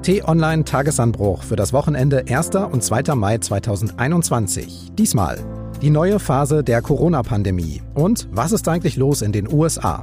T-Online Tagesanbruch für das Wochenende 1. und 2. Mai 2021. Diesmal die neue Phase der Corona-Pandemie. Und was ist eigentlich los in den USA?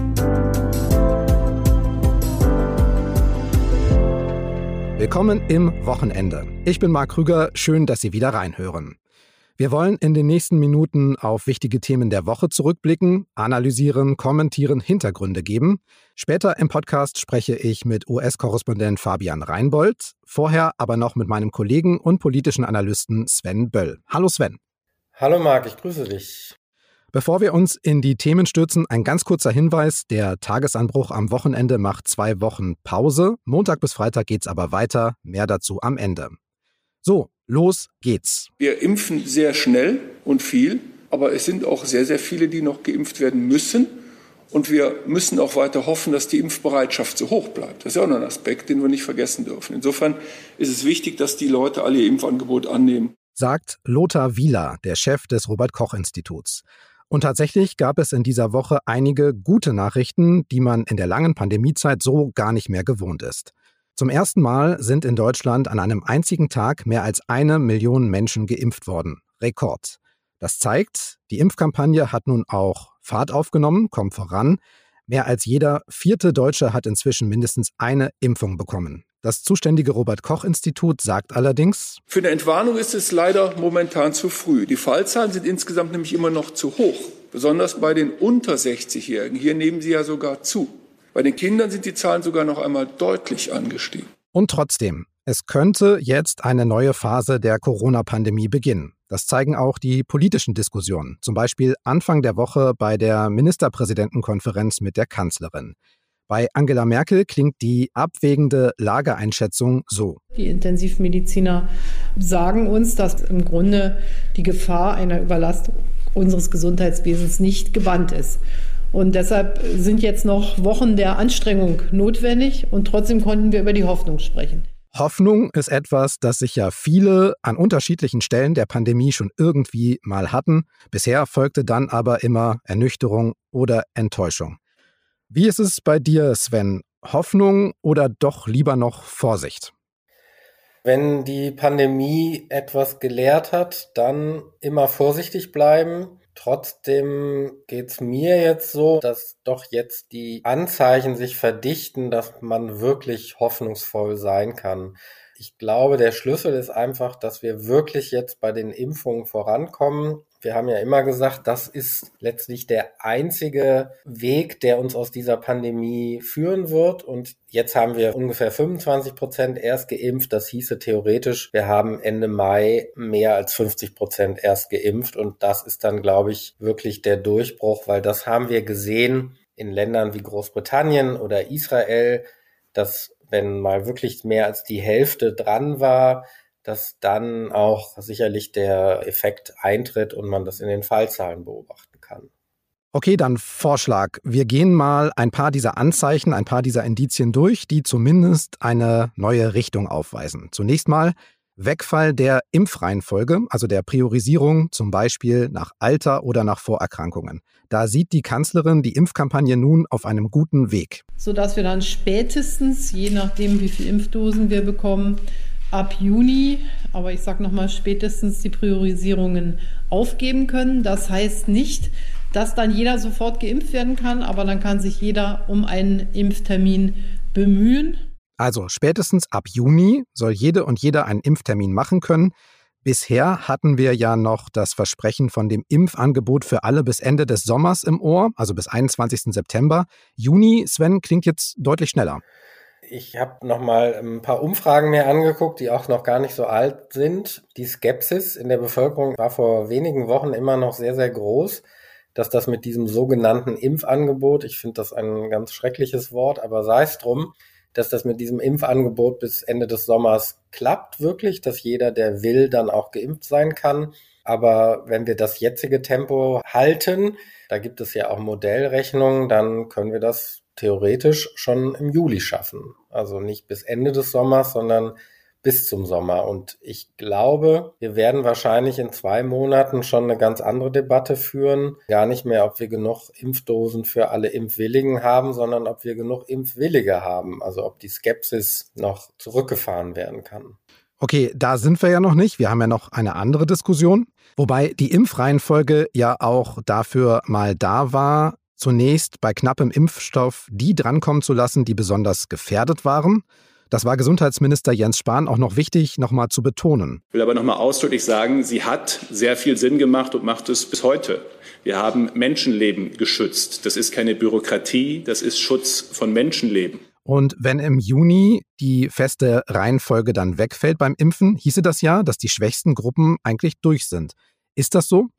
Willkommen im Wochenende. Ich bin Marc Krüger, schön, dass Sie wieder reinhören. Wir wollen in den nächsten Minuten auf wichtige Themen der Woche zurückblicken, analysieren, kommentieren, Hintergründe geben. Später im Podcast spreche ich mit US-Korrespondent Fabian Reinbold, vorher aber noch mit meinem Kollegen und politischen Analysten Sven Böll. Hallo Sven. Hallo Marc, ich grüße dich. Bevor wir uns in die Themen stürzen, ein ganz kurzer Hinweis. Der Tagesanbruch am Wochenende macht 2 Wochen Pause. Montag bis Freitag geht's aber weiter. Mehr dazu am Ende. So, los geht's. Wir impfen sehr schnell und viel, aber es sind auch sehr, sehr viele, die noch geimpft werden müssen. Und wir müssen auch weiter hoffen, dass die Impfbereitschaft so hoch bleibt. Das ist ja auch noch ein Aspekt, den wir nicht vergessen dürfen. Insofern ist es wichtig, dass die Leute alle ihr Impfangebot annehmen. Sagt Lothar Wieler, der Chef des Robert-Koch-Instituts. Und tatsächlich gab es in dieser Woche einige gute Nachrichten, die man in der langen Pandemiezeit so gar nicht mehr gewohnt ist. Zum ersten Mal sind in Deutschland an einem einzigen Tag mehr als 1 Million Menschen geimpft worden. Rekord. Das zeigt, die Impfkampagne hat nun auch Fahrt aufgenommen, kommt voran. Mehr als jeder 4. Deutsche hat inzwischen mindestens eine Impfung bekommen. Das zuständige Robert-Koch-Institut sagt allerdings: Für eine Entwarnung ist es leider momentan zu früh. Die Fallzahlen sind insgesamt nämlich immer noch zu hoch. Besonders bei den unter 60-Jährigen. Hier nehmen sie ja sogar zu. Bei den Kindern sind die Zahlen sogar noch einmal deutlich angestiegen. Und trotzdem, es könnte jetzt eine neue Phase der Corona-Pandemie beginnen. Das zeigen auch die politischen Diskussionen. Zum Beispiel Anfang der Woche bei der Ministerpräsidentenkonferenz mit der Kanzlerin. Bei Angela Merkel klingt die abwägende Lageeinschätzung so. Die Intensivmediziner sagen uns, dass im Grunde die Gefahr einer Überlastung unseres Gesundheitswesens nicht gebannt ist. Und deshalb sind jetzt noch Wochen der Anstrengung notwendig und trotzdem konnten wir über die Hoffnung sprechen. Hoffnung ist etwas, das sich ja viele an unterschiedlichen Stellen der Pandemie schon irgendwie mal hatten. Bisher folgte dann aber immer Ernüchterung oder Enttäuschung. Wie ist es bei dir, Sven? Hoffnung oder doch lieber noch Vorsicht? Wenn die Pandemie etwas gelehrt hat, dann immer vorsichtig bleiben. Trotzdem geht's mir jetzt so, dass doch jetzt die Anzeichen sich verdichten, dass man wirklich hoffnungsvoll sein kann. Ich glaube, der Schlüssel ist einfach, dass wir wirklich jetzt bei den Impfungen vorankommen. Wir haben ja immer gesagt, das ist letztlich der einzige Weg, der uns aus dieser Pandemie führen wird. Und jetzt haben wir ungefähr 25% erst geimpft. Das hieße theoretisch, wir haben Ende Mai mehr als 50% erst geimpft. Und das ist dann, glaube ich, wirklich der Durchbruch, weil das haben wir gesehen in Ländern wie Großbritannien oder Israel, dass wenn mal wirklich mehr als die Hälfte dran war, dass dann auch sicherlich der Effekt eintritt und man das in den Fallzahlen beobachten kann. Okay, dann Vorschlag. Wir gehen mal ein paar dieser Anzeichen, ein paar dieser Indizien durch, die zumindest eine neue Richtung aufweisen. Zunächst mal Wegfall der Impfreihenfolge, also der Priorisierung, zum Beispiel nach Alter oder nach Vorerkrankungen. Da sieht die Kanzlerin die Impfkampagne nun auf einem guten Weg. Sodass wir dann spätestens, je nachdem wie viele Impfdosen wir bekommen, ab Juni, aber ich sage nochmal spätestens, die Priorisierungen aufgeben können. Das heißt nicht, dass dann jeder sofort geimpft werden kann, aber dann kann sich jeder um einen Impftermin bemühen. Also spätestens ab Juni soll jede und jeder einen Impftermin machen können. Bisher hatten wir ja noch das Versprechen von dem Impfangebot für alle bis Ende des Sommers im Ohr, also bis 21. September. Juni, Sven, klingt jetzt deutlich schneller. Ich habe noch mal ein paar Umfragen mir angeguckt, die auch noch gar nicht so alt sind. Die Skepsis in der Bevölkerung war vor wenigen Wochen immer noch sehr, sehr groß, dass das mit diesem sogenannten Impfangebot, ich finde das ein ganz schreckliches Wort, aber sei es drum, dass das mit diesem Impfangebot bis Ende des Sommers klappt wirklich, dass jeder, der will, dann auch geimpft sein kann. Aber wenn wir das jetzige Tempo halten, da gibt es ja auch Modellrechnungen, dann können wir das theoretisch schon im Juli schaffen. Also nicht bis Ende des Sommers, sondern bis zum Sommer. Und ich glaube, wir werden wahrscheinlich in 2 Monaten schon eine ganz andere Debatte führen. Gar nicht mehr, ob wir genug Impfdosen für alle Impfwilligen haben, sondern ob wir genug Impfwillige haben. Also ob die Skepsis noch zurückgefahren werden kann. Okay, da sind wir ja noch nicht. Wir haben ja noch eine andere Diskussion. Wobei die Impfreihenfolge ja auch dafür mal da war, zunächst bei knappem Impfstoff die drankommen zu lassen, die besonders gefährdet waren. Das war Gesundheitsminister Jens Spahn auch noch wichtig, nochmal zu betonen. Ich will aber nochmal ausdrücklich sagen, sie hat sehr viel Sinn gemacht und macht es bis heute. Wir haben Menschenleben geschützt. Das ist keine Bürokratie, das ist Schutz von Menschenleben. Und wenn im Juni die feste Reihenfolge dann wegfällt beim Impfen, hieße das ja, dass die schwächsten Gruppen eigentlich durch sind. Ist das so?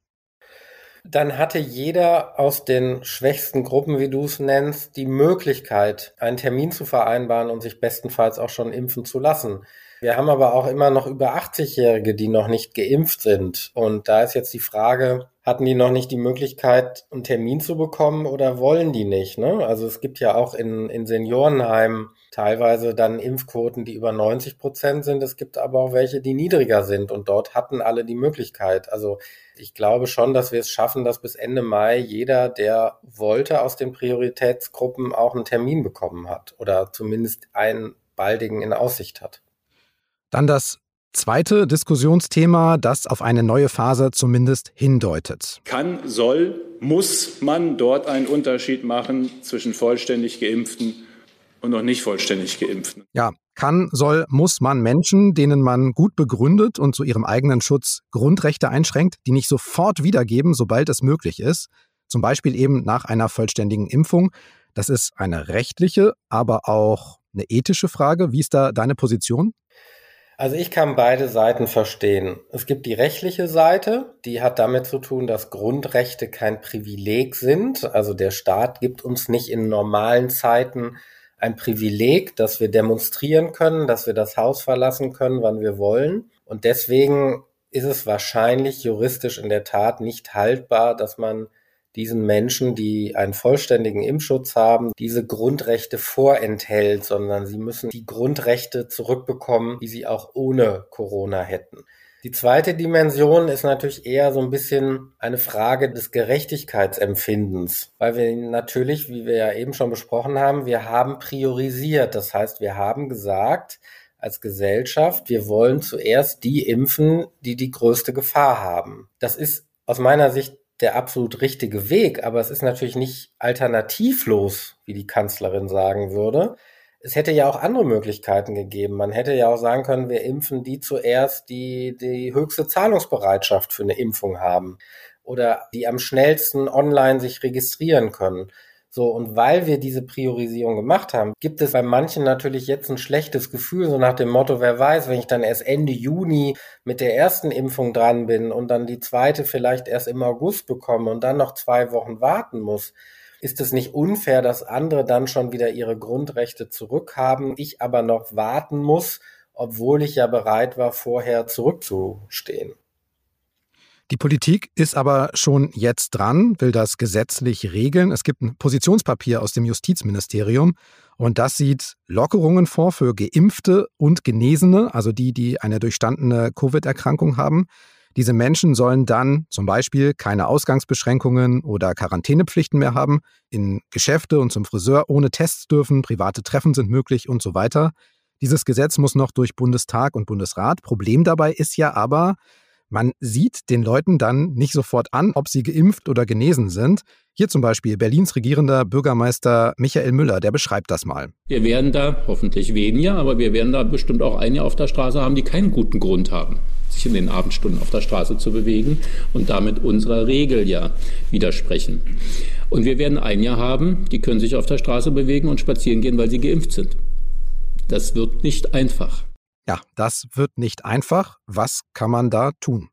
Dann hatte jeder aus den schwächsten Gruppen, wie du es nennst, die Möglichkeit, einen Termin zu vereinbaren und sich bestenfalls auch schon impfen zu lassen. Wir haben aber auch immer noch über 80-Jährige, die noch nicht geimpft sind. Und da ist jetzt die Frage, hatten die noch nicht die Möglichkeit, einen Termin zu bekommen oder wollen die nicht, ne? Also es gibt ja auch in Seniorenheimen teilweise dann Impfquoten, die über 90% sind. Es gibt aber auch welche, die niedriger sind. Und dort hatten alle die Möglichkeit. Also ich glaube schon, dass wir es schaffen, dass bis Ende Mai jeder, der wollte, aus den Prioritätsgruppen auch einen Termin bekommen hat oder zumindest einen baldigen in Aussicht hat. Dann das zweite Diskussionsthema, das auf eine neue Phase zumindest hindeutet. Kann, soll, muss man dort einen Unterschied machen zwischen vollständig Geimpften und noch nicht vollständig Geimpften? Ja, kann, soll, muss man Menschen, denen man gut begründet und zu ihrem eigenen Schutz Grundrechte einschränkt, die nicht sofort wiedergeben, sobald es möglich ist, zum Beispiel eben nach einer vollständigen Impfung. Das ist eine rechtliche, aber auch eine ethische Frage. Wie ist da deine Position? Also ich kann beide Seiten verstehen. Es gibt die rechtliche Seite, die hat damit zu tun, dass Grundrechte kein Privileg sind. Also der Staat gibt uns nicht in normalen Zeiten ein Privileg, dass wir demonstrieren können, dass wir das Haus verlassen können, wann wir wollen. Und deswegen ist es wahrscheinlich juristisch in der Tat nicht haltbar, dass man diesen Menschen, die einen vollständigen Impfschutz haben, diese Grundrechte vorenthält, sondern sie müssen die Grundrechte zurückbekommen, die sie auch ohne Corona hätten. Die zweite Dimension ist natürlich eher so ein bisschen eine Frage des Gerechtigkeitsempfindens, weil wir natürlich, wie wir ja eben schon besprochen haben, wir haben priorisiert. Das heißt, wir haben gesagt, als Gesellschaft, wir wollen zuerst die impfen, die die größte Gefahr haben. Das ist aus meiner Sicht der absolut richtige Weg, aber es ist natürlich nicht alternativlos, wie die Kanzlerin sagen würde. Es hätte ja auch andere Möglichkeiten gegeben. Man hätte ja auch sagen können, wir impfen die zuerst, die höchste Zahlungsbereitschaft für eine Impfung haben oder die am schnellsten online sich registrieren können. So, und weil wir diese Priorisierung gemacht haben, gibt es bei manchen natürlich jetzt ein schlechtes Gefühl, so nach dem Motto, wer weiß, wenn ich dann erst Ende Juni mit der ersten Impfung dran bin und dann die zweite vielleicht erst im August bekomme und dann noch 2 Wochen warten muss, ist es nicht unfair, dass andere dann schon wieder ihre Grundrechte zurückhaben, ich aber noch warten muss, obwohl ich ja bereit war, vorher zurückzustehen. Die Politik ist aber schon jetzt dran, will das gesetzlich regeln. Es gibt ein Positionspapier aus dem Justizministerium und das sieht Lockerungen vor für Geimpfte und Genesene, also die eine durchstandene Covid-Erkrankung haben. Diese Menschen sollen dann zum Beispiel keine Ausgangsbeschränkungen oder Quarantänepflichten mehr haben, in Geschäfte und zum Friseur ohne Tests dürfen, private Treffen sind möglich und so weiter. Dieses Gesetz muss noch durch Bundestag und Bundesrat. Problem dabei ist ja aber, man sieht den Leuten dann nicht sofort an, ob sie geimpft oder genesen sind. Hier zum Beispiel Berlins regierender Bürgermeister Michael Müller, der beschreibt das mal. Wir werden da hoffentlich weniger, aber wir werden da bestimmt auch einige auf der Straße haben, die keinen guten Grund haben, sich in den Abendstunden auf der Straße zu bewegen und damit unserer Regel ja widersprechen. Und wir werden einige haben, die können sich auf der Straße bewegen und spazieren gehen, weil sie geimpft sind. Das wird nicht einfach. Ja, das wird nicht einfach. Was kann man da tun?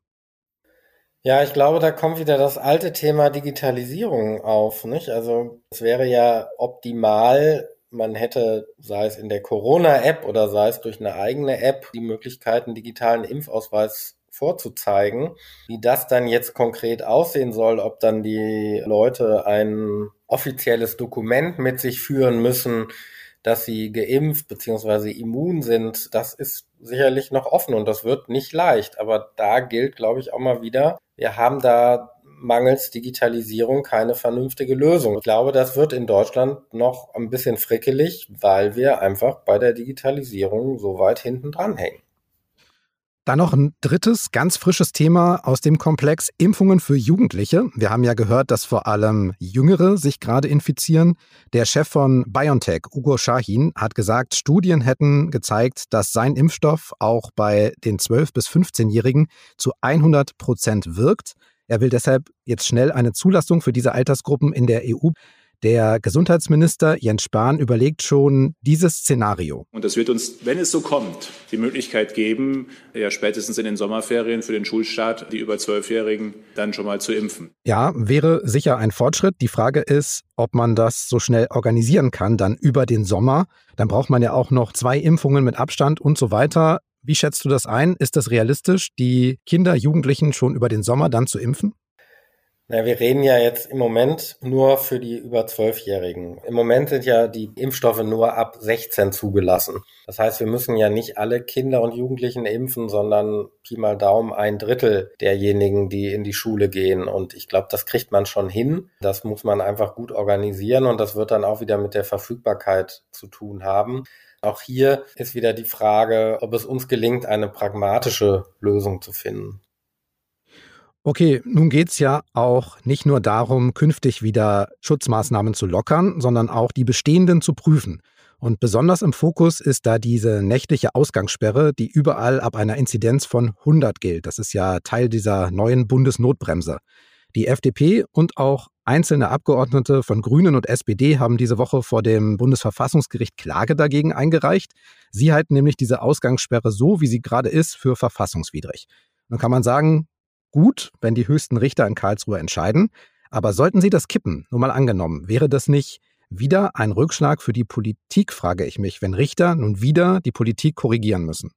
Ja, ich glaube, da kommt wieder das alte Thema Digitalisierung auf, nicht? Also es wäre ja optimal, man hätte, sei es in der Corona-App oder sei es durch eine eigene App, die Möglichkeit, einen digitalen Impfausweis vorzuzeigen. Wie das dann jetzt konkret aussehen soll, ob dann die Leute ein offizielles Dokument mit sich führen müssen, dass sie geimpft bzw. immun sind, das ist sicherlich noch offen und das wird nicht leicht. Aber da gilt, glaube ich, auch mal wieder, wir haben da mangels Digitalisierung keine vernünftige Lösung. Ich glaube, das wird in Deutschland noch ein bisschen frickelig, weil wir einfach bei der Digitalisierung so weit hinten dran hängen. Dann noch ein drittes, ganz frisches Thema aus dem Komplex Impfungen für Jugendliche. Wir haben ja gehört, dass vor allem Jüngere sich gerade infizieren. Der Chef von BioNTech, Ugur Sahin, hat gesagt, Studien hätten gezeigt, dass sein Impfstoff auch bei den 12- bis 15-Jährigen zu 100% wirkt. Er will deshalb jetzt schnell eine Zulassung für diese Altersgruppen in der EU. Der Gesundheitsminister Jens Spahn überlegt schon dieses Szenario. Und das wird uns, wenn es so kommt, die Möglichkeit geben, ja spätestens in den Sommerferien für den Schulstart die über 12-Jährigen dann schon mal zu impfen. Ja, wäre sicher ein Fortschritt. Die Frage ist, ob man das so schnell organisieren kann, dann über den Sommer. Dann braucht man ja auch noch 2 Impfungen mit Abstand und so weiter. Wie schätzt du das ein? Ist das realistisch, die Kinder, Jugendlichen schon über den Sommer dann zu impfen? Na, wir reden ja jetzt im Moment nur für die über 12-Jährigen. Im Moment sind ja die Impfstoffe nur ab 16 zugelassen. Das heißt, wir müssen ja nicht alle Kinder und Jugendlichen impfen, sondern Pi mal Daumen 1/3 derjenigen, die in die Schule gehen. Und ich glaube, das kriegt man schon hin. Das muss man einfach gut organisieren und das wird dann auch wieder mit der Verfügbarkeit zu tun haben. Auch hier ist wieder die Frage, ob es uns gelingt, eine pragmatische Lösung zu finden. Okay, nun geht's ja auch nicht nur darum, künftig wieder Schutzmaßnahmen zu lockern, sondern auch die bestehenden zu prüfen. Und besonders im Fokus ist da diese nächtliche Ausgangssperre, die überall ab einer Inzidenz von 100 gilt. Das ist ja Teil dieser neuen Bundesnotbremse. Die FDP und auch einzelne Abgeordnete von Grünen und SPD haben diese Woche vor dem Bundesverfassungsgericht Klage dagegen eingereicht. Sie halten nämlich diese Ausgangssperre so, wie sie gerade ist, für verfassungswidrig. Nun kann man sagen, gut, wenn die höchsten Richter in Karlsruhe entscheiden, aber sollten sie das kippen, nur mal angenommen, wäre das nicht wieder ein Rückschlag für die Politik, frage ich mich, wenn Richter nun wieder die Politik korrigieren müssen?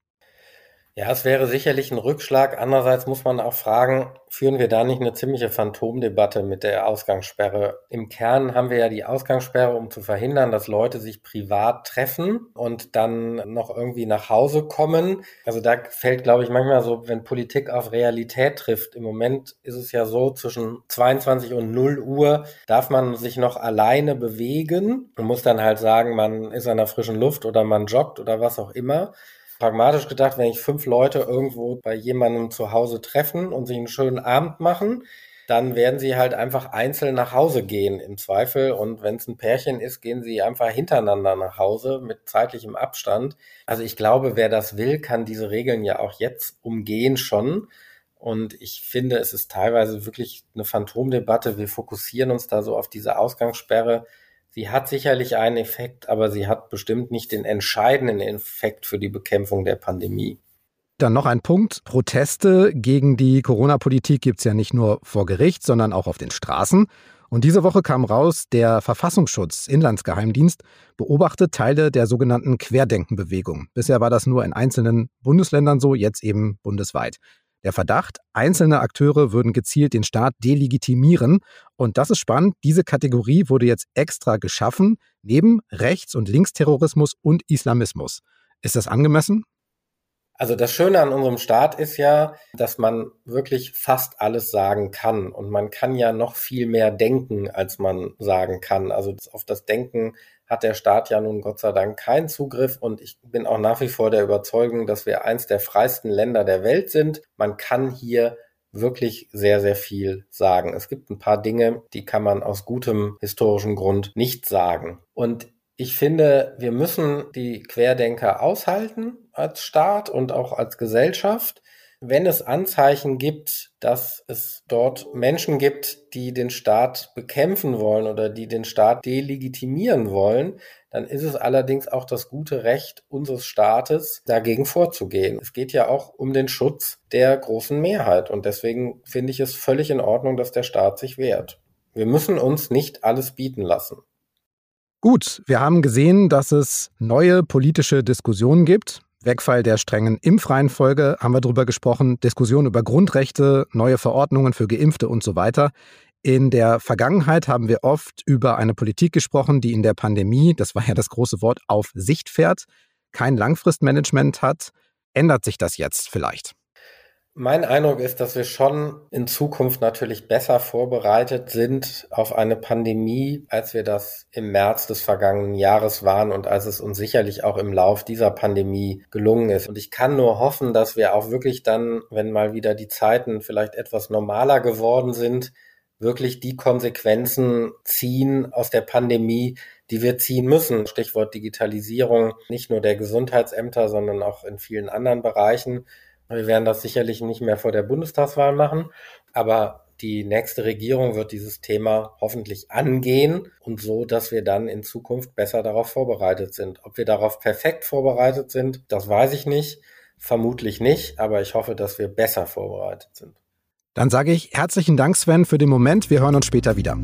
Ja, es wäre sicherlich ein Rückschlag. Andererseits muss man auch fragen, führen wir da nicht eine ziemliche Phantomdebatte mit der Ausgangssperre? Im Kern haben wir ja die Ausgangssperre, um zu verhindern, dass Leute sich privat treffen und dann noch irgendwie nach Hause kommen. Also da fällt, glaube ich, manchmal so, wenn Politik auf Realität trifft. Im Moment ist es ja so, zwischen 22 und 0 Uhr darf man sich noch alleine bewegen. Man muss dann halt sagen, man ist an der frischen Luft oder man joggt oder was auch immer. Pragmatisch gedacht, wenn ich 5 Leute irgendwo bei jemandem zu Hause treffen und sich einen schönen Abend machen, dann werden sie halt einfach einzeln nach Hause gehen im Zweifel. Und wenn es ein Pärchen ist, gehen sie einfach hintereinander nach Hause mit zeitlichem Abstand. Also ich glaube, wer das will, kann diese Regeln ja auch jetzt umgehen schon. Und ich finde, es ist teilweise wirklich eine Phantomdebatte. Wir fokussieren uns da so auf diese Ausgangssperre. Sie hat sicherlich einen Effekt, aber sie hat bestimmt nicht den entscheidenden Effekt für die Bekämpfung der Pandemie. Dann noch ein Punkt. Proteste gegen die Corona-Politik gibt es ja nicht nur vor Gericht, sondern auch auf den Straßen. Und diese Woche kam raus, der Verfassungsschutz, Inlandsgeheimdienst, beobachtet Teile der sogenannten Querdenkenbewegung. Bisher war das nur in einzelnen Bundesländern so, jetzt eben bundesweit. Der Verdacht, einzelne Akteure würden gezielt den Staat delegitimieren. Und das ist spannend, diese Kategorie wurde jetzt extra geschaffen, neben Rechts- und Linksterrorismus und Islamismus. Ist das angemessen? Also das Schöne an unserem Staat ist ja, dass man wirklich fast alles sagen kann. Und man kann ja noch viel mehr denken, als man sagen kann. Also auf das Denken hat der Staat ja nun Gott sei Dank keinen Zugriff. Und ich bin auch nach wie vor der Überzeugung, dass wir eins der freiesten Länder der Welt sind. Man kann hier wirklich sehr, sehr viel sagen. Es gibt ein paar Dinge, die kann man aus gutem historischen Grund nicht sagen. Und ich finde, wir müssen die Querdenker aushalten als Staat und auch als Gesellschaft. Wenn es Anzeichen gibt, dass es dort Menschen gibt, die den Staat bekämpfen wollen oder die den Staat delegitimieren wollen, dann ist es allerdings auch das gute Recht unseres Staates, dagegen vorzugehen. Es geht ja auch um den Schutz der großen Mehrheit und deswegen finde ich es völlig in Ordnung, dass der Staat sich wehrt. Wir müssen uns nicht alles bieten lassen. Gut, wir haben gesehen, dass es neue politische Diskussionen gibt. Wegfall der strengen Impfreihenfolge haben wir darüber gesprochen, Diskussionen über Grundrechte, neue Verordnungen für Geimpfte und so weiter. In der Vergangenheit haben wir oft über eine Politik gesprochen, die in der Pandemie, das war ja das große Wort, auf Sicht fährt, kein Langfristmanagement hat. Ändert sich das jetzt vielleicht? Mein Eindruck ist, dass wir schon in Zukunft natürlich besser vorbereitet sind auf eine Pandemie, als wir das im März des vergangenen Jahres waren und als es uns sicherlich auch im Lauf dieser Pandemie gelungen ist. Und ich kann nur hoffen, dass wir auch wirklich dann, wenn mal wieder die Zeiten vielleicht etwas normaler geworden sind, wirklich die Konsequenzen ziehen aus der Pandemie, die wir ziehen müssen. Stichwort Digitalisierung, nicht nur der Gesundheitsämter, sondern auch in vielen anderen Bereichen. Wir werden das sicherlich nicht mehr vor der Bundestagswahl machen, aber die nächste Regierung wird dieses Thema hoffentlich angehen und so, dass wir dann in Zukunft besser darauf vorbereitet sind. Ob wir darauf perfekt vorbereitet sind, das weiß ich nicht, vermutlich nicht, aber ich hoffe, dass wir besser vorbereitet sind. Dann sage ich herzlichen Dank, Sven, für den Moment. Wir hören uns später wieder.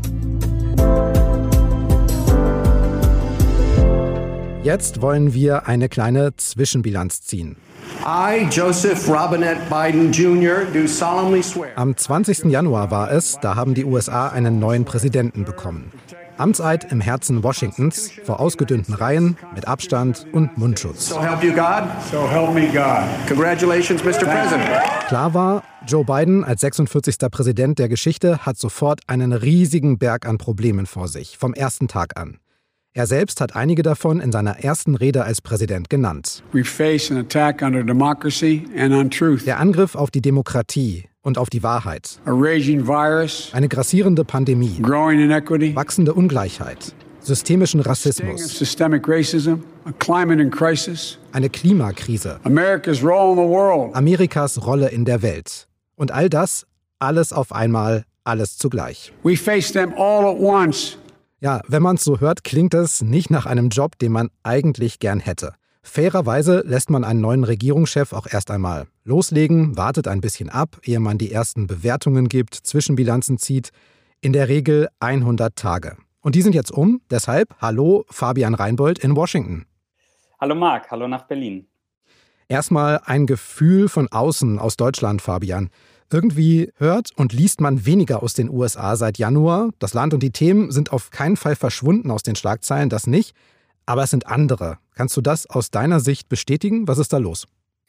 Jetzt wollen wir eine kleine Zwischenbilanz ziehen. I, Joseph Robinette Biden Jr., do solemnly swear. Am 20. Januar war es, da haben die USA einen neuen Präsidenten bekommen. Amtseid im Herzen Washingtons, vor ausgedünnten Reihen, mit Abstand und Mundschutz. So help you God. So help me God. Congratulations, Mr. President. Klar war, Joe Biden als 46. Präsident der Geschichte hat sofort einen riesigen Berg an Problemen vor sich, vom ersten Tag an. Er selbst hat einige davon in seiner ersten Rede als Präsident genannt. We face an attack on our democracy and on truth. Der Angriff auf die Demokratie und auf die Wahrheit. A raging virus. Eine grassierende Pandemie. Growing inequity. Wachsende Ungleichheit. Systemischen Rassismus. Systemic racism. A climate in crisis. Eine Klimakrise. America's role in the world. Amerikas Rolle in der Welt. Und all das, alles auf einmal, alles zugleich. We face them all at once. Ja, wenn man es so hört, klingt es nicht nach einem Job, den man eigentlich gern hätte. Fairerweise lässt man einen neuen Regierungschef auch erst einmal loslegen, wartet ein bisschen ab, ehe man die ersten Bewertungen gibt, Zwischenbilanzen zieht. In der Regel 100 Tage. Und die sind jetzt um, deshalb hallo Fabian Reinbold in Washington. Hallo Marc, hallo nach Berlin. Erstmal ein Gefühl von außen aus Deutschland, Fabian. Irgendwie hört und liest man weniger aus den USA seit Januar. Das Land und die Themen sind auf keinen Fall verschwunden aus den Schlagzeilen, das nicht. Aber es sind andere. Kannst du das aus deiner Sicht bestätigen? Was ist da los?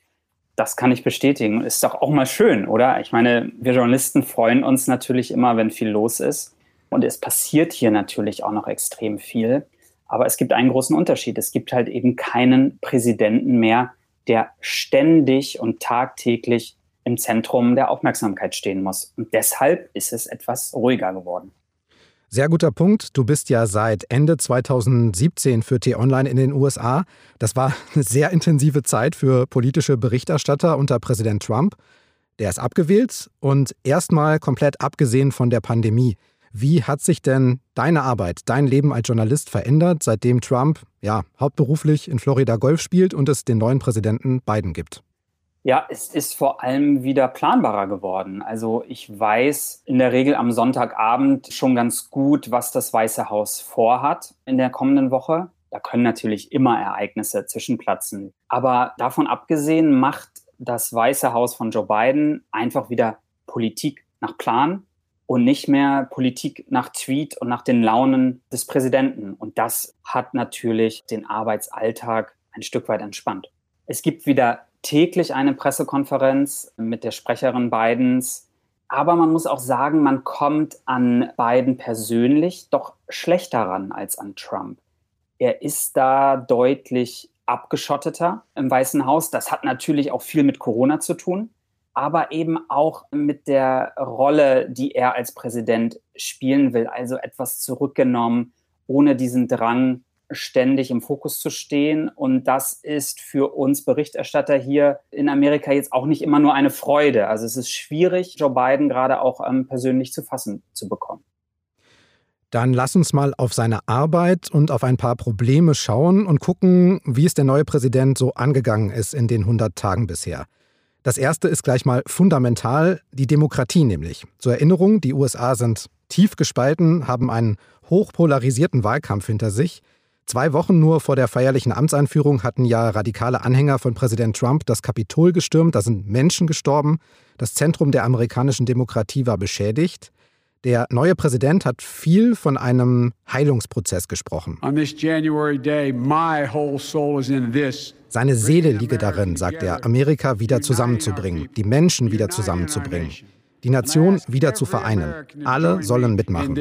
Das kann ich bestätigen. Ist doch auch mal schön, oder? Ich meine, wir Journalisten freuen uns natürlich immer, wenn viel los ist. Und es passiert hier natürlich auch noch extrem viel. Aber es gibt einen großen Unterschied. Es gibt halt eben keinen Präsidenten mehr, der ständig und tagtäglich im Zentrum der Aufmerksamkeit stehen muss. Und deshalb ist es etwas ruhiger geworden. Sehr guter Punkt. Du bist ja seit Ende 2017 für T-Online in den USA. Das war eine sehr intensive Zeit für politische Berichterstatter unter Präsident Trump. Der ist abgewählt und erstmal komplett abgesehen von der Pandemie. Wie hat sich denn deine Arbeit, dein Leben als Journalist verändert, seitdem Trump hauptberuflich in Florida Golf spielt und es den neuen Präsidenten Biden gibt? Ja, es ist vor allem wieder planbarer geworden. Also ich weiß in der Regel am Sonntagabend schon ganz gut, was das Weiße Haus vorhat in der kommenden Woche. Da können natürlich immer Ereignisse zwischenplatzen. Aber davon abgesehen macht das Weiße Haus von Joe Biden einfach wieder Politik nach Plan und nicht mehr Politik nach Tweet und nach den Launen des Präsidenten. Und das hat natürlich den Arbeitsalltag ein Stück weit entspannt. Es gibt wieder täglich eine Pressekonferenz mit der Sprecherin Bidens. Aber man muss auch sagen, man kommt an Biden persönlich doch schlechter ran als an Trump. Er ist da deutlich abgeschotteter im Weißen Haus. Das hat natürlich auch viel mit Corona zu tun, aber eben auch mit der Rolle, die er als Präsident spielen will. Also etwas zurückgenommen, ohne diesen Drang, ständig im Fokus zu stehen. Und das ist für uns Berichterstatter hier in Amerika jetzt auch nicht immer nur eine Freude. Also es ist schwierig, Joe Biden gerade auch persönlich zu fassen zu bekommen. Dann lass uns mal auf seine Arbeit und auf ein paar Probleme schauen und gucken, wie es der neue Präsident so angegangen ist in den 100 Tagen bisher. Das erste ist gleich mal fundamental, die Demokratie nämlich. Zur Erinnerung, die USA sind tief gespalten, haben einen hochpolarisierten Wahlkampf hinter sich. 2 Wochen nur vor der feierlichen Amtseinführung hatten ja radikale Anhänger von Präsident Trump das Kapitol gestürmt. Da sind Menschen gestorben. Das Zentrum der amerikanischen Demokratie war beschädigt. Der neue Präsident hat viel von einem Heilungsprozess gesprochen. On this January day, my whole soul is in this. Seine Seele liege darin, sagt er, Amerika wieder zusammenzubringen, die Menschen wieder zusammenzubringen, die Nation wieder zu vereinen. Alle sollen mitmachen.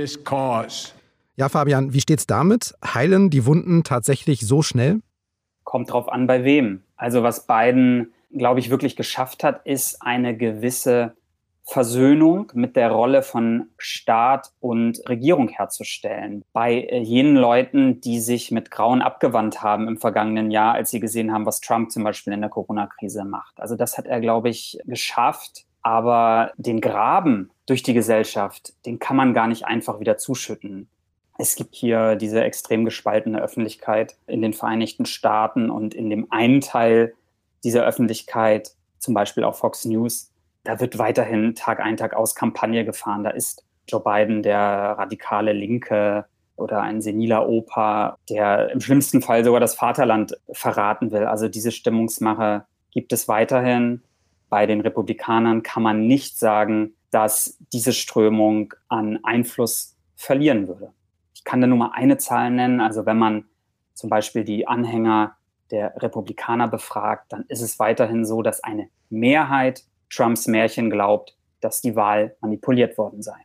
Ja, Fabian, wie steht's damit? Heilen die Wunden tatsächlich so schnell? Kommt drauf an, bei wem. Also was Biden, glaube ich, wirklich geschafft hat, ist eine gewisse Versöhnung mit der Rolle von Staat und Regierung herzustellen. Bei jenen Leuten, die sich mit Grauen abgewandt haben im vergangenen Jahr, als sie gesehen haben, was Trump zum Beispiel in der Corona-Krise macht. Also das hat er, glaube ich, geschafft. Aber den Graben durch die Gesellschaft, den kann man gar nicht einfach wieder zuschütten. Es gibt hier diese extrem gespaltene Öffentlichkeit in den Vereinigten Staaten und in dem einen Teil dieser Öffentlichkeit, zum Beispiel auf Fox News, da wird weiterhin Tag ein, Tag aus Kampagne gefahren. Da ist Joe Biden der radikale Linke oder ein seniler Opa, der im schlimmsten Fall sogar das Vaterland verraten will. Also diese Stimmungsmache gibt es weiterhin. Bei den Republikanern kann man nicht sagen, dass diese Strömung an Einfluss verlieren würde. Ich kann da nur mal eine Zahl nennen. Also wenn man zum Beispiel die Anhänger der Republikaner befragt, dann ist es weiterhin so, dass eine Mehrheit Trumps Märchen glaubt, dass die Wahl manipuliert worden sei.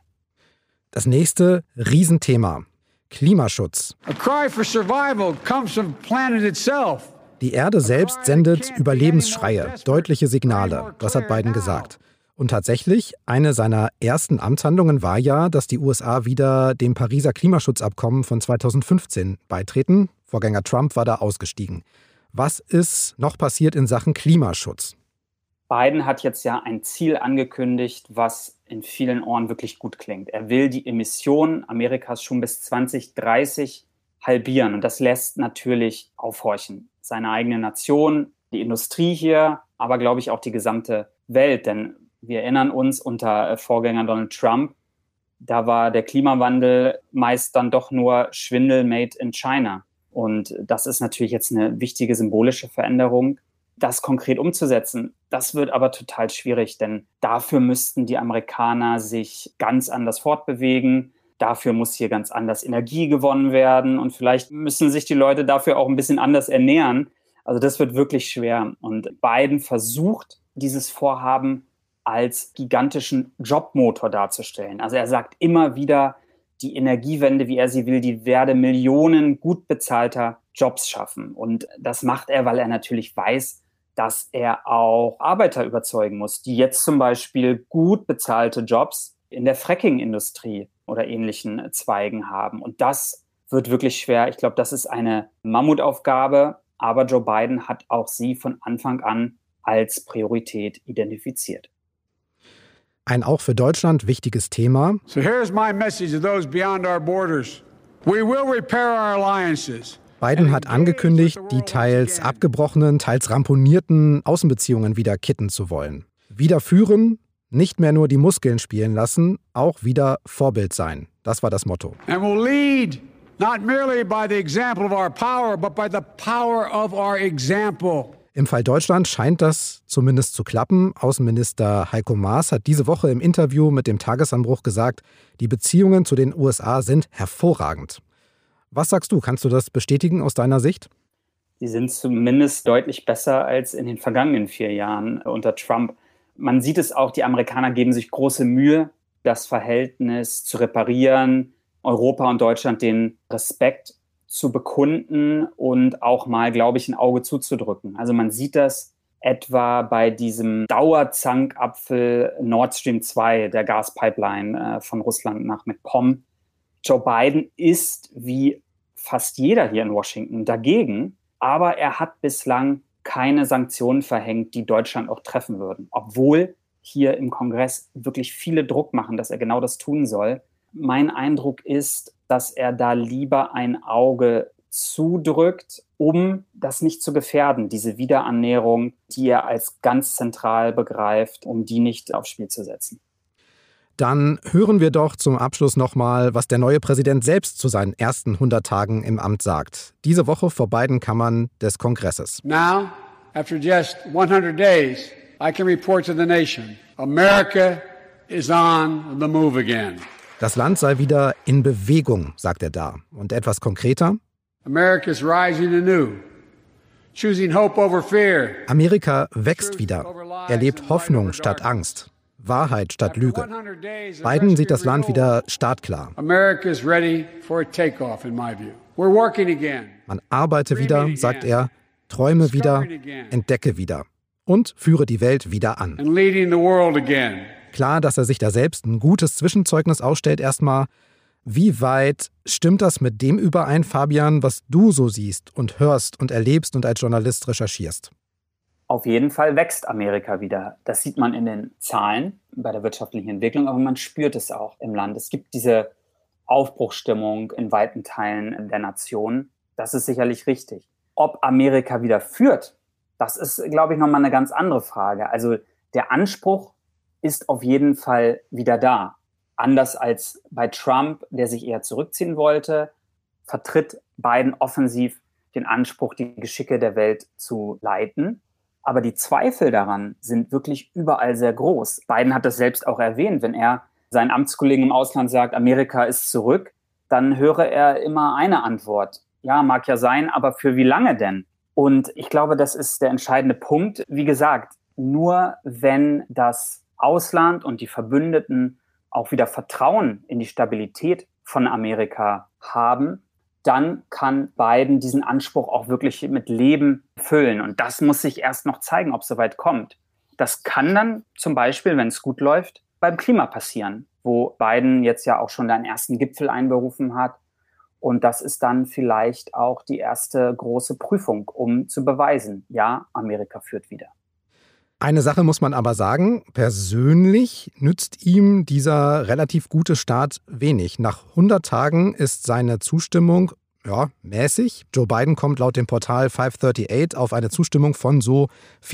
Das nächste Riesenthema: Klimaschutz. A cry for survival comes from the planet itself. Die Erde selbst sendet Überlebensschreie, deutliche Signale. Das hat Biden gesagt. Und tatsächlich, eine seiner ersten Amtshandlungen war ja, dass die USA wieder dem Pariser Klimaschutzabkommen von 2015 beitreten. Vorgänger Trump war da ausgestiegen. Was ist noch passiert in Sachen Klimaschutz? Biden hat jetzt ja ein Ziel angekündigt, was in vielen Ohren wirklich gut klingt. Er will die Emissionen Amerikas schon bis 2030 halbieren. Und das lässt natürlich aufhorchen. Seine eigene Nation, die Industrie hier, aber glaube ich auch die gesamte Welt. Denn wir erinnern uns, unter Vorgänger Donald Trump, da war der Klimawandel meist dann doch nur Schwindel made in China. Und das ist natürlich jetzt eine wichtige symbolische Veränderung. Das konkret umzusetzen, das wird aber total schwierig, denn dafür müssten die Amerikaner sich ganz anders fortbewegen. Dafür muss hier ganz anders Energie gewonnen werden und vielleicht müssen sich die Leute dafür auch ein bisschen anders ernähren. Also das wird wirklich schwer. Und Biden versucht, dieses Vorhaben als gigantischen Jobmotor darzustellen. Also er sagt immer wieder, die Energiewende, wie er sie will, die werde Millionen gut bezahlter Jobs schaffen. Und das macht er, weil er natürlich weiß, dass er auch Arbeiter überzeugen muss, die jetzt zum Beispiel gut bezahlte Jobs in der Fracking-Industrie oder ähnlichen Zweigen haben. Und das wird wirklich schwer. Ich glaube, das ist eine Mammutaufgabe, aber Joe Biden hat auch sie von Anfang an als Priorität identifiziert. Ein auch für Deutschland wichtiges Thema. So here's my message to those beyond our borders. We will repair our alliances. Biden hat angekündigt, die teils abgebrochenen, teils ramponierten Außenbeziehungen wieder kitten zu wollen. Wieder führen, nicht mehr nur die Muskeln spielen lassen, auch wieder Vorbild sein. Das war das Motto. And we'll lead not merely by the example of our power, but by the power of our example. Im Fall Deutschland scheint das zumindest zu klappen. Außenminister Heiko Maas hat diese Woche im Interview mit dem Tagesanbruch gesagt, die Beziehungen zu den USA sind hervorragend. Was sagst du? Kannst du das bestätigen aus deiner Sicht? Sie sind zumindest deutlich besser als in den vergangenen 4 Jahren unter Trump. Man sieht es auch, die Amerikaner geben sich große Mühe, das Verhältnis zu reparieren, Europa und Deutschland den Respekt zu bekunden und auch mal, glaube ich, ein Auge zuzudrücken. Also man sieht das etwa bei diesem Dauerzankapfel Nord Stream 2, der Gaspipeline von Russland nach McComb. Joe Biden ist wie fast jeder hier in Washington dagegen, aber er hat bislang keine Sanktionen verhängt, die Deutschland auch treffen würden, obwohl hier im Kongress wirklich viele Druck machen, dass er genau das tun soll. Mein Eindruck ist, dass er da lieber ein Auge zudrückt, um das nicht zu gefährden, diese Wiederannäherung, die er als ganz zentral begreift, um die nicht aufs Spiel zu setzen. Dann hören wir doch zum Abschluss nochmal, was der neue Präsident selbst zu seinen ersten 100 Tagen im Amt sagt. Diese Woche vor beiden Kammern des Kongresses. Now, after just 100 days, I can report to the nation, America is on the move again. Das Land sei wieder in Bewegung, sagt er da. Und etwas konkreter: America's rising anew, choosing hope over fear. Amerika wächst wieder, erlebt Hoffnung statt Angst, Wahrheit statt Lüge. Biden sieht das Land wieder startklar. America's ready for a takeoff, in my view. We're working again. Man arbeite wieder, sagt er, träume wieder, entdecke wieder und führe die Welt wieder an. And leading the world again. Klar, dass er sich da selbst ein gutes Zwischenzeugnis ausstellt erstmal. Wie weit stimmt das mit dem überein, Fabian, was du so siehst und hörst und erlebst und als Journalist recherchierst? Auf jeden Fall wächst Amerika wieder. Das sieht man in den Zahlen bei der wirtschaftlichen Entwicklung, aber man spürt es auch im Land. Es gibt diese Aufbruchsstimmung in weiten Teilen der Nation. Das ist sicherlich richtig. Ob Amerika wieder führt, das ist, glaube ich, nochmal eine ganz andere Frage. Also der Anspruch ist auf jeden Fall wieder da. Anders als bei Trump, der sich eher zurückziehen wollte, vertritt Biden offensiv den Anspruch, die Geschicke der Welt zu leiten. Aber die Zweifel daran sind wirklich überall sehr groß. Biden hat das selbst auch erwähnt. Wenn er seinen Amtskollegen im Ausland sagt, Amerika ist zurück, dann höre er immer eine Antwort. Ja, mag ja sein, aber für wie lange denn? Und ich glaube, das ist der entscheidende Punkt. Wie gesagt, nur wenn das Ausland und die Verbündeten auch wieder Vertrauen in die Stabilität von Amerika haben, dann kann Biden diesen Anspruch auch wirklich mit Leben füllen. Und das muss sich erst noch zeigen, ob es soweit kommt. Das kann dann zum Beispiel, wenn es gut läuft, beim Klima passieren, wo Biden jetzt ja auch schon einen ersten Gipfel einberufen hat. Und das ist dann vielleicht auch die erste große Prüfung, um zu beweisen, ja, Amerika führt wieder. Eine Sache muss man aber sagen, persönlich nützt ihm dieser relativ gute Start wenig. Nach 100 Tagen ist seine Zustimmung mäßig. Joe Biden kommt laut dem Portal 538 auf eine Zustimmung von so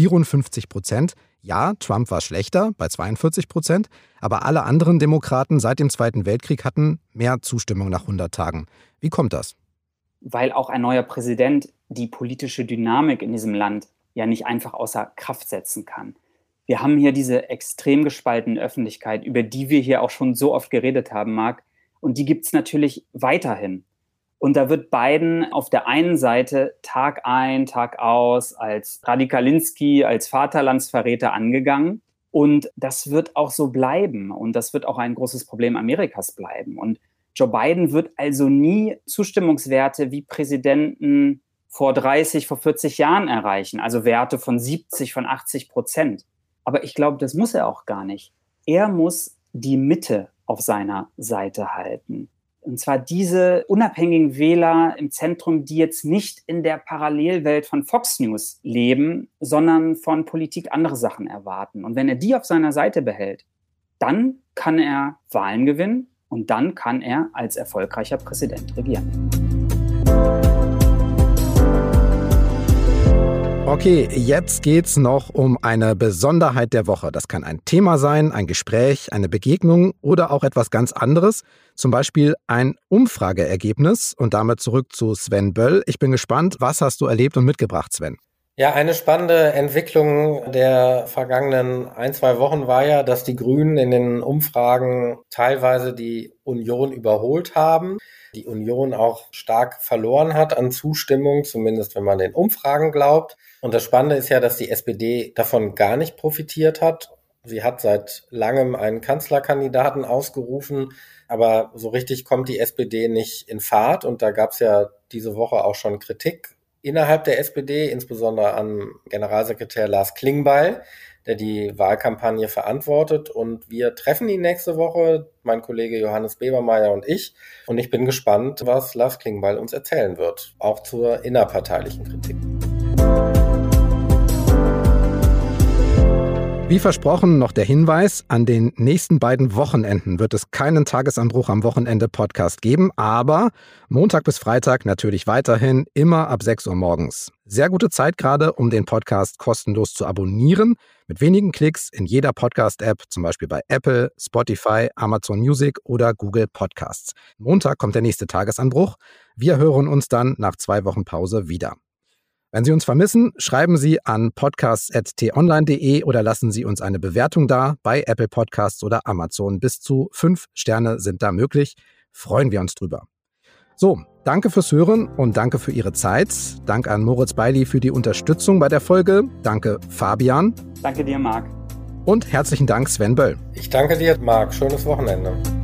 54%. Ja, Trump war schlechter bei 42%, aber alle anderen Demokraten seit dem Zweiten Weltkrieg hatten mehr Zustimmung nach 100 Tagen. Wie kommt das? Weil auch ein neuer Präsident die politische Dynamik in diesem Land ja nicht einfach außer Kraft setzen kann. Wir haben hier diese extrem gespaltene Öffentlichkeit, über die wir hier auch schon so oft geredet haben, Marc, und die gibt es natürlich weiterhin. Und da wird Biden auf der einen Seite Tag ein, Tag aus als Radikalinski, als Vaterlandsverräter angegangen. Und das wird auch so bleiben. Und das wird auch ein großes Problem Amerikas bleiben. Und Joe Biden wird also nie Zustimmungswerte wie Präsidenten vor 30, vor 40 Jahren erreichen. Also Werte von 70, von 80%. Aber ich glaube, das muss er auch gar nicht. Er muss die Mitte auf seiner Seite halten. Und zwar diese unabhängigen Wähler im Zentrum, die jetzt nicht in der Parallelwelt von Fox News leben, sondern von Politik andere Sachen erwarten. Und wenn er die auf seiner Seite behält, dann kann er Wahlen gewinnen und dann kann er als erfolgreicher Präsident regieren. Okay, jetzt geht's noch um eine Besonderheit der Woche. Das kann ein Thema sein, ein Gespräch, eine Begegnung oder auch etwas ganz anderes. Zum Beispiel ein Umfrageergebnis. Und damit zurück zu Sven Böll. Ich bin gespannt, was hast du erlebt und mitgebracht, Sven? Ja, eine spannende Entwicklung der vergangenen 1-2 Wochen war ja, dass die Grünen in den Umfragen teilweise die Union überholt haben. Die Union auch stark verloren hat an Zustimmung, zumindest wenn man den Umfragen glaubt. Und das Spannende ist ja, dass die SPD davon gar nicht profitiert hat. Sie hat seit langem einen Kanzlerkandidaten ausgerufen, aber so richtig kommt die SPD nicht in Fahrt. Und da gab es ja diese Woche auch schon Kritik innerhalb der SPD, insbesondere an Generalsekretär Lars Klingbeil, der die Wahlkampagne verantwortet. Und wir treffen ihn nächste Woche, mein Kollege Johannes Bebermeier und ich. Und ich bin gespannt, was Lars Klingbeil uns erzählen wird, auch zur innerparteilichen Kritik. Wie versprochen noch der Hinweis, an den nächsten beiden Wochenenden wird es keinen Tagesanbruch am Wochenende Podcast geben, aber Montag bis Freitag natürlich weiterhin, immer ab 6 Uhr morgens. Sehr gute Zeit gerade, um den Podcast kostenlos zu abonnieren, mit wenigen Klicks in jeder Podcast-App, zum Beispiel bei Apple, Spotify, Amazon Music oder Google Podcasts. Montag kommt der nächste Tagesanbruch. Wir hören uns dann nach 2 Wochen Pause wieder. Wenn Sie uns vermissen, schreiben Sie an podcasts@t-online.de oder lassen Sie uns eine Bewertung da bei Apple Podcasts oder Amazon. Bis zu 5 Sterne sind da möglich. Freuen wir uns drüber. So, danke fürs Hören und danke für Ihre Zeit. Dank an Moritz Beili für die Unterstützung bei der Folge. Danke Fabian. Danke dir, Marc. Und herzlichen Dank Sven Böll. Ich danke dir, Marc. Schönes Wochenende.